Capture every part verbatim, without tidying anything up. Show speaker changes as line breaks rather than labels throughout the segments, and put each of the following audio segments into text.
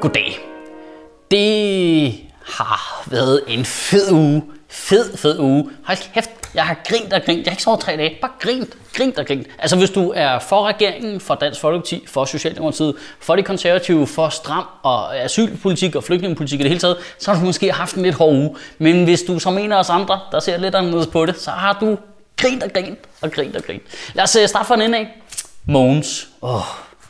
Goddag. Det har været en fed uge. Fed, fed uge. Hold kæft, jeg har grint og grint. Jeg har ikke sovet tre dage. Bare grint, grint og grint. Altså hvis du er for regeringen, for Dansk Folkeparti, for Socialdemokratiet, for de konservative, for stram og asylpolitik og flygtningepolitik i det hele taget, så har du måske haft en lidt hård uge. Men hvis du som en af os andre, der ser lidt anderledes på det, så har du grint og grint og grint og grint. Lad os starte fra en ende af. Mogens. Åh.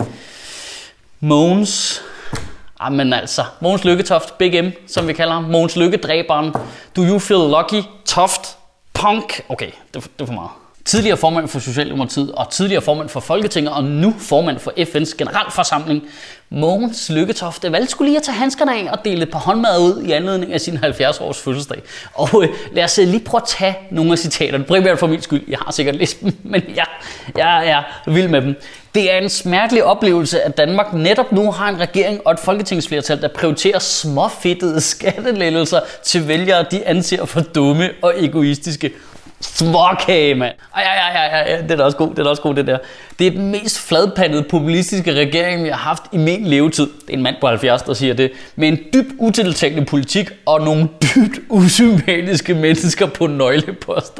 Mogens. Jamen altså, Mogens Lykketoft, Big M, som vi kalder ham. Mogens Lykke-dræberen. Do you feel lucky? Toft. Punk. Okay, det, det er for meget. Tidligere formand for Socialdemokratiet og tidligere formand for Folketinget og nu formand for F N's generalforsamling. Mogens Lykketoft valgte skulle lige at tage handskerne af og dele et par håndmad ud i anledning af sin halvfjerds års fødselsdag. Og øh, lad os lige prøve at tage nogle af citaterne. Primært for min skyld. Jeg har sikkert læst dem, men jeg, jeg er vild med dem. Det er en smertelig oplevelse, at Danmark netop nu har en regering og et folketingsflertal, der prioriterer småfedtede skattelettelser til vælgere, de anser for dumme og egoistiske. Småkage, mand. Ej, ej, ej, ej, ej, det er da også god, det er da også god, det der. Det er den mest fladpandede populistiske regering, vi har haft i min levetid. Det er en mand på halvfjerds, der siger det. Med en dybt utiltalende politik og nogle dybt usympatiske mennesker på nøgleposter.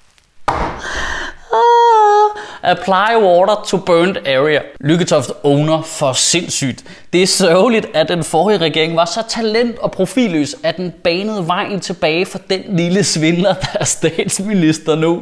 Apply water to burnt area. Lykketoft owner for sindssygt. Det er sørgeligt, at den forrige regering var så talent- og profilløs, at den banede vejen tilbage for den lille svindler, der er statsminister nu.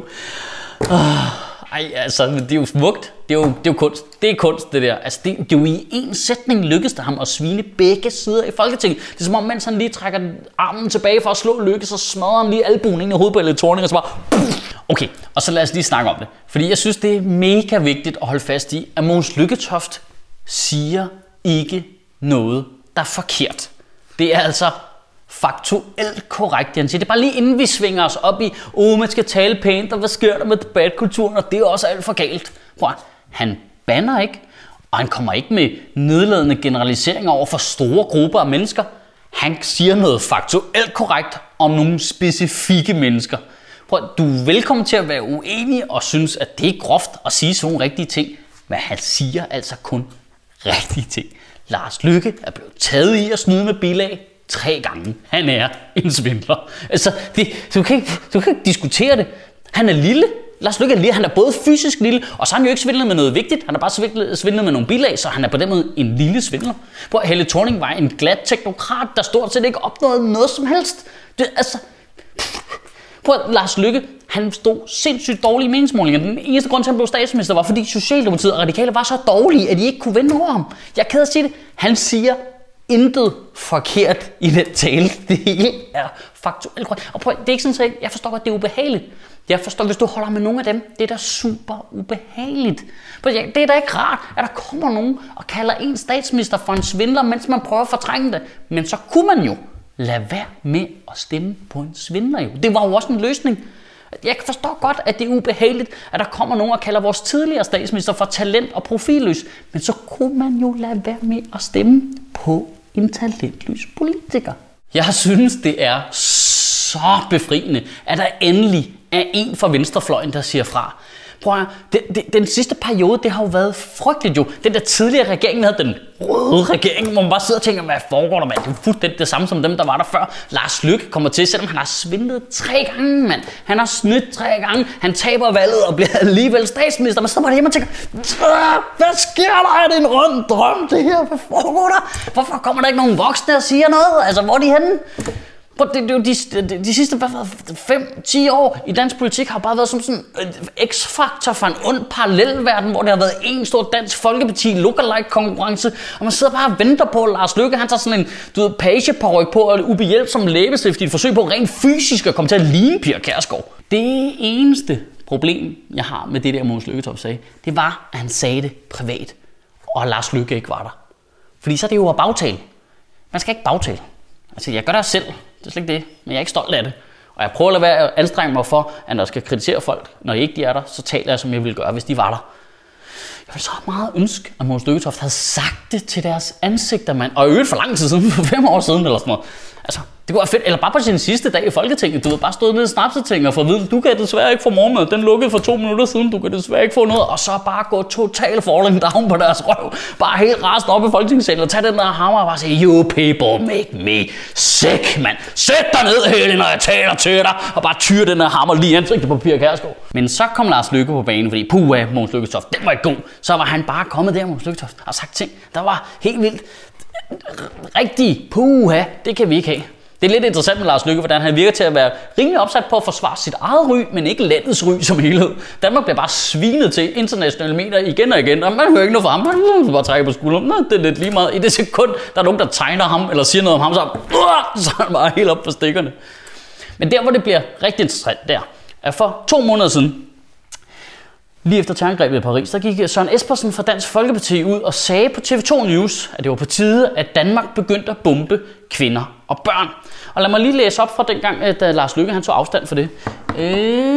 Ej, altså, det er jo smukt. Det er jo, det er jo kunst. Det er kunst, det der. Altså, det, det er jo i en sætning lykkedes det ham at svine begge sider i Folketinget. Det er som om, mens han lige trækker armen tilbage for at slå Lykke, så smadrer han lige albuen ind i hovedet på Helle Thorning, og så bare... Okay, og så lad os lige snakke om det. Fordi jeg synes, det er mega vigtigt at holde fast i, at Mogens Lykketoft siger ikke noget, der er forkert. Det er altså faktuelt korrekt. Han siger det bare lige inden vi svinger os op i, åh, man skal tale pænt, og hvad sker der med debatkulturen, og det er også alt for galt. Prøv, han banner ikke, og han kommer ikke med nedladende generaliseringer over for store grupper af mennesker. Han siger noget faktuelt korrekt om nogle specifikke mennesker. Prøv, du er velkommen til at være uenig og synes, at det er groft at sige sådan nogle rigtige ting, men han siger altså kun rigtige ting. Lars Løkke er blevet taget i at snyde med bilag tre gange. Han er en svindler. Altså, det, du, kan ikke, du kan ikke diskutere det. Han er lille. Lars Løkke er lille. Han er både fysisk lille, og så har han jo ikke svindlet med noget vigtigt. Han har bare svindlet, svindlet med nogle bilag, så han er på den måde en lille svindler. Prøv, Helle Thorning var en glat teknokrat, der stort set ikke opnåede noget som helst. Det, altså... Prøv, Lars Løkke, han stod sindssygt dårlige meningsmålinger. Den eneste grund til, at han blev statsminister, var fordi Socialdemokratiet og Radikale var så dårlige, at de ikke kunne vinde over ham. Jeg er ked af at sige det. Han siger intet forkert i den tale. Det hele er faktuelt korrekt. Og prøv, det er ikke sådan, at jeg forstår godt, det er ubehageligt. Jeg forstår, hvis du holder med nogle af dem, det er da super ubehageligt. Prøv, det er da ikke rart, at der kommer nogen og kalder en statsminister for en svindler, mens man prøver at fortrænge det. Men så kunne man jo lad være med at stemme på en svindler jo. Det var jo også en løsning. Jeg forstår godt, at det er ubehageligt, at der kommer nogen og kalder vores tidligere statsminister for talent og profilløs. Men så kunne man jo lade være med at stemme på en talentløs politiker. Jeg synes, det er så befriende, at der endelig er en fra venstrefløjen, der siger fra. Prøv at, det, det, den sidste periode, det har jo været frygteligt jo. Den der tidligere regering, havde den røde regering, hvor man bare sidder og tænker, hvad foregår der, mand? Det er jo fuldstændig det samme som dem, der var der før. Lars Løkke kommer til, selvom han har svindlet tre gange, mand. Han har snydt tre gange, han taber valget og bliver alligevel statsminister. Man sidder bare hjemme og tænker, hvad sker der? Er det en rød drøm, det her? Hvad foregår der? Hvorfor kommer der ikke nogen voksne og siger noget? Altså, hvor er de henne? Det, det, det, de, de, de sidste fem til ti år i dansk politik har bare været som sådan en x-faktor for en ond parallelverden, hvor det har været en stor Dansk Folkeparti lookalike konkurrence, og man sidder bare og venter på, at Lars Løkke han tager sådan en du ved, pageparyk på og ubehjælpsom læbestift i et forsøg på rent fysisk at komme til at ligne Pia Kjærsgaard. Det eneste problem, jeg har med det der Mogens Lykketoft sagde, det var, at han sagde det privat, og Lars Løkke ikke var der. Fordi så er det jo at bagtale. Man skal ikke bagtale. Altså, jeg gør det selv. Det er slet ikke det, men jeg er ikke stolt af det. Og jeg prøver at lade være at anstrenge mig for, at når jeg skal kritisere folk, når ikke de er der, så taler jeg, som jeg ville gøre, hvis de var der. Jeg ville så meget ønske, at Mogens Lykketoft havde sagt det til deres ansigter, mand. Og i øvrigt for lang tid siden, for fem år siden eller sådan noget. Altså, det kunne være fedt. Eller bare på sin sidste dag i Folketinget. Du ved, bare stået nede i snapseting og få at vide, du kan desværre ikke få morgenmad. Den lukkede for to minutter siden. Du kan desværre ikke få noget. Og så bare gå total falling down på deres røv. Bare helt rast op i Folketingssalen og tage den der hammer og bare sige, you people make me sick, mand. Sæt dig ned, Helle, når jeg taler til dig. Og bare tyre den der hammer lige i ansigtet på Pia Kjærsgaard. Men så kom Lars Løkke på banen, fordi puha, Mogens Lykketoft, den var ikke god. Så var han bare kommet der, Mogens Lykketoft, og sagt ting, der var helt vildt. Rigtig, puha, det kan vi ikke have. Det er lidt interessant med Lars Løkke, hvordan han virker til at være rimelig opsat på at forsvare sit eget ry, men ikke landets ry som helhed. Danmark bliver bare svinet til internationale medier igen og igen, og man hører ikke noget fra ham. Man bare trækker på skulderen. Nå, det er lidt lige meget. I det sekund, der er nogen, der tegner ham eller siger noget om ham, så, uh, så er han bare helt op på stikkerne. Men der, hvor det bliver rigtig interessant, der er for to måneder siden, lige efter terrorangrebet i Paris, der gik Søren Espersen fra Dansk Folkeparti ud og sagde på T V to News, at det var på tide, at Danmark begyndte at bombe kvinder og børn. Og lad mig lige læse op fra dengang, da Lars Løkke han tog afstand for det. Øh,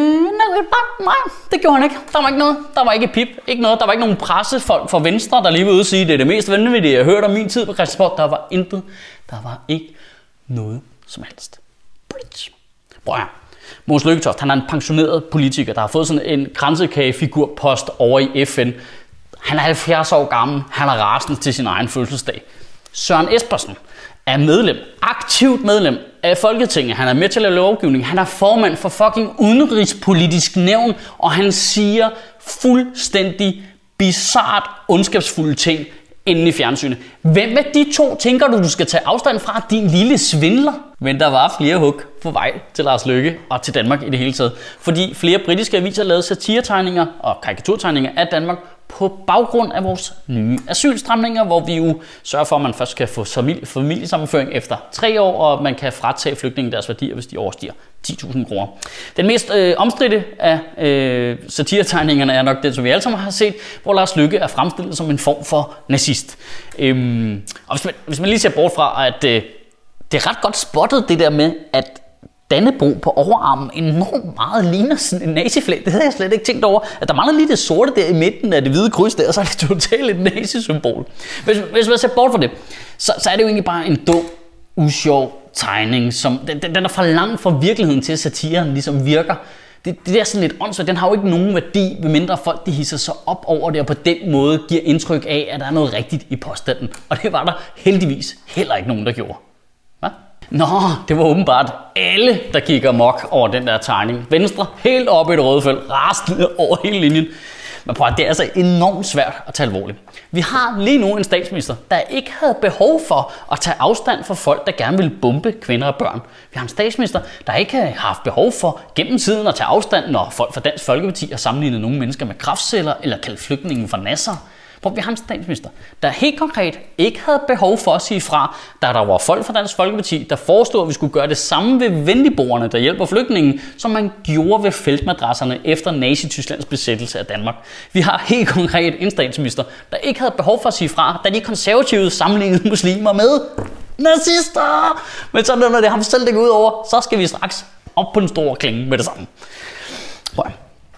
nej, det gjorde han ikke. Der var ikke noget. Der var ikke et pip. Ikke noget. Der var ikke nogen pressefolk fra Venstre, der lige var ude og sige, det er det mest vanvittige, jeg har hørt om min tid på Christiansborg. Der var intet. Der var ikke noget som helst. Bridge. Prøv her. Mogens Lykketoft, han er en pensioneret politiker, der har fået sådan en kransekagefigurpost over i F N. Han er halvfjerds år gammel, han er rasende til sin egen fødselsdag. Søren Espersen er medlem, aktivt medlem af Folketinget. Han er med til at lave lovgivning. Han er formand for fucking udenrigspolitisk nævn, og han siger fuldstændig bizart ondskabsfulde ting inde i fjernsynet. Hvem af de to tænker du, du skal tage afstand fra, din lille svindler? Men der var flere hug på vej til Lars Løkke og til Danmark i det hele taget. Fordi flere britiske aviser lavede satiretegninger og karikaturtegninger af Danmark på baggrund af vores nye asylstramninger, hvor vi jo sørger for, at man først kan få familiesammenføring efter tre år, og man kan fratage flygtninge deres værdier, hvis de overstiger ti tusind kroner. Den mest øh, omstridte af øh, satiretegningerne er nok den, som vi alle sammen har set, hvor Lars Løkke er fremstillet som en form for nazist. Øhm, og hvis man, hvis man lige ser bort fra, at øh, det er ret godt spottet det der med, at Dannebrog på overarmen enormt meget ligner sådan en naziflag. Det havde jeg slet ikke tænkt over. At der mangler lige det sorte der i midten af det hvide kryds der, og så er det totalt et nazisymbol. Hvis, hvis man ser bort fra det, så, så er det jo egentlig bare en dum, usjov tegning. Som, den, den er for langt fra virkeligheden til, at satiren ligesom virker. Det, det er sådan lidt åndssvagt. Den har jo ikke nogen værdi, medmindre folk de hisser sig op over det, og på den måde giver indtryk af, at der er noget rigtigt i påstanden. Og det var der heldigvis heller ikke nogen, der gjorde. Hva? Nå, det var åbenbart alle, der gik amok over den der tegning. Venstre helt oppe i det røde felt, rasende over hele linjen. Men prøv at, det er altså enormt svært at tage alvorligt. Vi har lige nu en statsminister, der ikke havde behov for at tage afstand fra folk, der gerne vil bombe kvinder og børn. Vi har en statsminister, der ikke har haft behov for gennem tiden at tage afstand, når folk fra Dansk Folkeparti har sammenlignet nogle mennesker med kræftceller eller kaldt flygtningen for nasser. Hvor vi har en statsminister, der helt konkret ikke havde behov for at sige fra, da der var folk fra Dansk Folkeparti, der foreslog, at vi skulle gøre det samme ved venligboerne, der hjælper flygtningen, som man gjorde ved feltmadrasserne efter Nazi-Tysklands besættelse af Danmark. Vi har helt konkret en statsminister, der ikke havde behov for at sige fra, da de konservative sammenlignede muslimer med nazister. Men så når det er ham selv, det går ud over, så skal vi straks op på den store klinge med det samme. Prøv.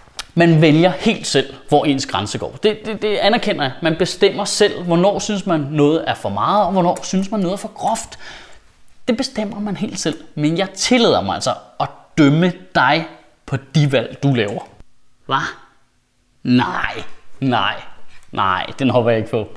Man vælger helt selv, hvor ens grænse går. Det, det, det anerkender jeg. Man bestemmer selv, hvornår synes man noget er for meget, og hvornår synes man noget er for groft. Det bestemmer man helt selv. Men jeg tillader mig altså at dømme dig på de valg, du laver. Hvad? Nej, nej, nej, den hopper jeg ikke på.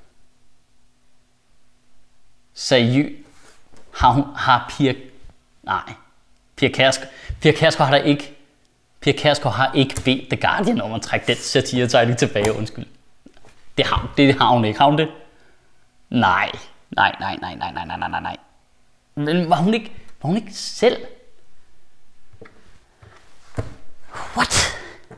Seriøst? Har, har Pia... Nej, Pia Kjærsgaard, Pia Kjærsgaard har der ikke... Pia Kjærsgaard har ikke bedt The Guardian om at trække den satiretegning tilbage, undskyld. Det har, det har hun ikke. Har hun det? Nej. Nej, nej, nej, nej, nej, nej, nej, nej. Men var hun ikke, var hun ikke selv? What?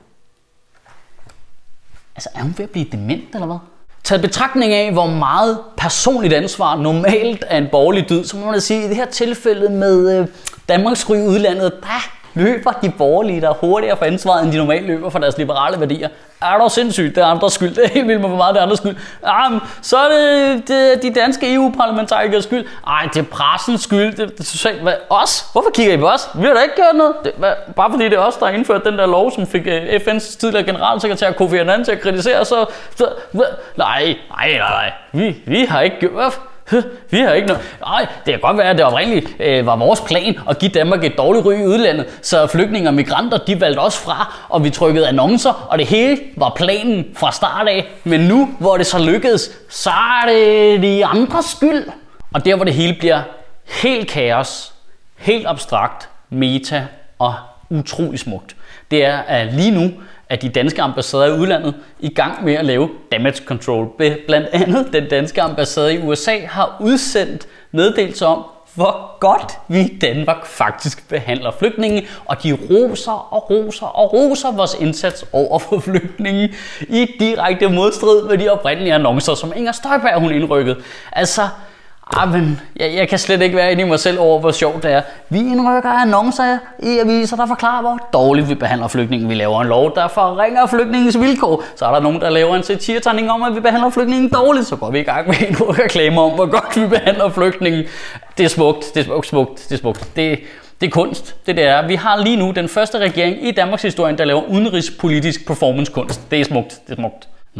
Altså, er hun ved at blive dement, eller hvad? Taget betragtning af, hvor meget personligt ansvar normalt er en borgerlig dyd, så må man sige, i det her tilfælde med øh, Danmarks ry udlandet, der løber de borgerlige, der er hurtigere for ansvaret, end de normalt løber for deres liberale værdier. Er der sindssygt, det er andres skyld. Det er helt vildt med, hvor meget det er andres skyld. Jamen, så er det, det de danske E U-parlamentarikers skyld. Ej, det er pressens skyld. Det, det, det, hvad, os? Hvorfor kigger I på os? Vi har da ikke gjort noget. Det, hvad, bare fordi det er os, der har indført den der lov, som fik F N's tidligere generalsekretær Kofi Annan til at kritisere, så... så hvad, nej, nej, nej, nej. Vi, vi har ikke gjort... Vi har ikke noget. Ej, det kan godt være, at det oprindeligt øh, var vores plan at give Danmark et dårligt ry i udlandet, så flygtninge og migranter, de valgte os fra, og vi trykkede annoncer, og det hele var planen fra start af. Men nu, hvor det så lykkedes, så er det de andres skyld. Og der, hvor det hele bliver helt kaos, helt abstrakt, meta og utrolig smukt, det er, at lige nu at de danske ambassader i udlandet i gang med at lave damage control. Blandt andet den danske ambassade i U S A har udsendt meddelelser om, hvor godt vi i Danmark faktisk behandler flygtninge, og de roser og roser og roser vores indsats over for flygtninge i direkte modstrid med de oprindelige annoncer, som Inger Støjberg hun indrykkede. Altså, Ah, men jeg, jeg kan slet ikke være inde i mig selv over, hvor sjovt det er. Vi indrykker annoncer i aviser, der forklarer, hvor dårligt vi behandler flygtninge. Vi laver en lov, der forringer flygtningens vilkår. Så er der nogen, der laver en satiretegning om, at vi behandler flygtninge dårligt. Så går vi i gang med en reklame om, hvor godt vi behandler flygtninge. Det er smukt, det er smukt, smukt, det er smukt. Det, det er kunst, det der. Vi har lige nu den første regering i Danmarks historie, der laver udenrigspolitisk performancekunst. Det er smukt, det er smukt. Nå.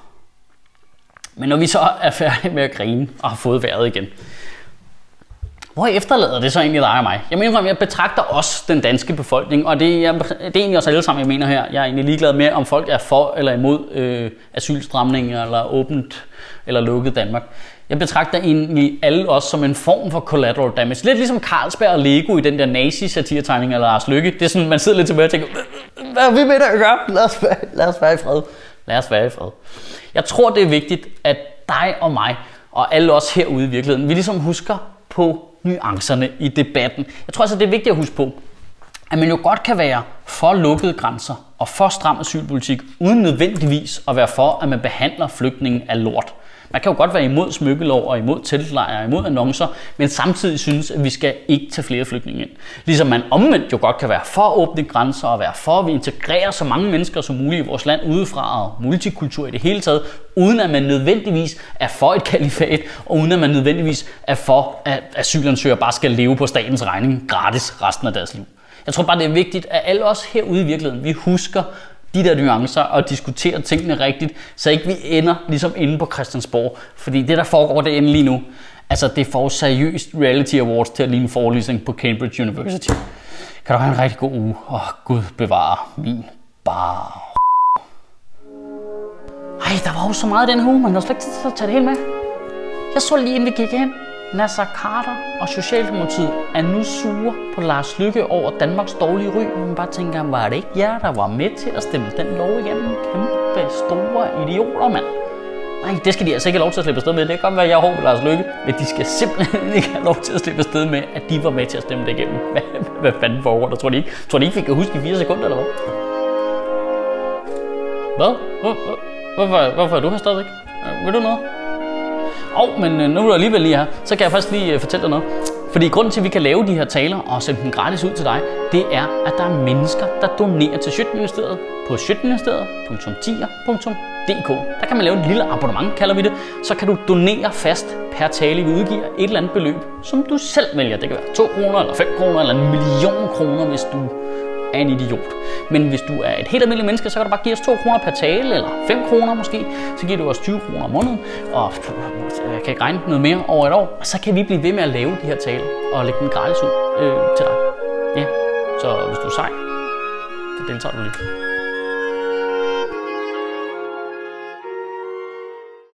Men når vi så er færdige med at grine og har fået vejret igen, hvor efterlader det så egentlig dig og mig? Jeg mener, at jeg betragter os, den danske befolkning, og det er, det er egentlig os alle sammen, jeg mener her. Jeg er egentlig ligeglad med, om folk er for eller imod øh, asylstramninger eller åbent eller lukket Danmark. Jeg betragter egentlig alle os som en form for collateral damage. Lidt ligesom Carlsberg og Lego i den der nazi-satiretegning af Lars Løkke. Det er sådan, man sidder lidt tilbage og tænker, hvad er vi med at gøre? Lad os være, lad os være i fred. Lad os være i fred. Jeg tror, det er vigtigt, at dig og mig, og alle os herude i virkeligheden, vi ligesom husker på nuancerne i debatten. Jeg tror altså, det er vigtigt at huske på, at man jo godt kan være for lukkede grænser og for stram asylpolitik, uden nødvendigvis at være for, at man behandler flygtninge af lort. Man kan jo godt være imod smykkelov og imod teltlejre og imod annoncer, men samtidig synes, at vi skal ikke tage flere flygtninge ind. Ligesom man omvendt jo godt kan være for åbne grænser og være for, at vi integrerer så mange mennesker som muligt i vores land udefra og multikultur i det hele taget, uden at man nødvendigvis er for et kalifat, og uden at man nødvendigvis er for, at asylansøgere bare skal leve på statens regning gratis resten af deres liv. Jeg tror bare, det er vigtigt, at alle os herude i virkeligheden, vi husker de der nuancer og diskutere tingene rigtigt, så ikke vi ender ligesom inde på Christiansborg. Fordi det, der foregår derinde lige nu, altså det får seriøst Reality Awards til at ligne forelæsning på Cambridge University. Kan du have en rigtig god uge? Åh, oh, Gud bevare min bar. Ej, der var jo så meget i den her uge, man har slet ikke tid til at tage det hele med. Jeg så lige inden vi gik hen. Nasser Khader og Socialdemokratiet er nu sure på Lars Løkke over Danmarks dårlige ry. Man bare tænker, var det ikke jer, der var med til at stemme den lov igennem? Kæmpe store idioter, mand. Nej, det skal de altså ikke have lov til at slippe afsted med. Det kan godt være, at jeg er hård på Lars Løkke, men de skal simpelthen ikke have lov til at slippe afsted med, at de var med til at stemme det igennem. Hvad, hvad fanden foregår der? Tror de ikke, tror de ikke fik at huske i fire sekunder, eller hvad? Hvad? Hvor, hvor, hvorfor, hvorfor er du her stadigvæk? Vil du noget? Åh, oh, men nu er du alligevel lige her, så kan jeg faktisk lige fortælle dig noget. Fordi grunden til, at vi kan lave de her taler og sende dem gratis ud til dig, det er, at der er mennesker, der donerer til Sjøtministeriet på sjøtministeriet punktum tier punktum d k. Der kan man lave et lille abonnement, kalder vi det. Så kan du donere fast per tale, vi udgiver et eller andet beløb, som du selv vælger. Det kan være to kroner, eller fem kroner, eller en million kroner, hvis du er en idiot. Men hvis du er et helt almindeligt menneske, så kan du bare give os to kroner per tale, eller fem kroner måske. Så giver du os tyve kroner om måneden, og jeg kan ikke regne noget mere over et år. Og så kan vi blive ved med at lave de her taler, og lægge dem gratis ud øh, til dig. Ja, så hvis du er sej, så deltager du lige.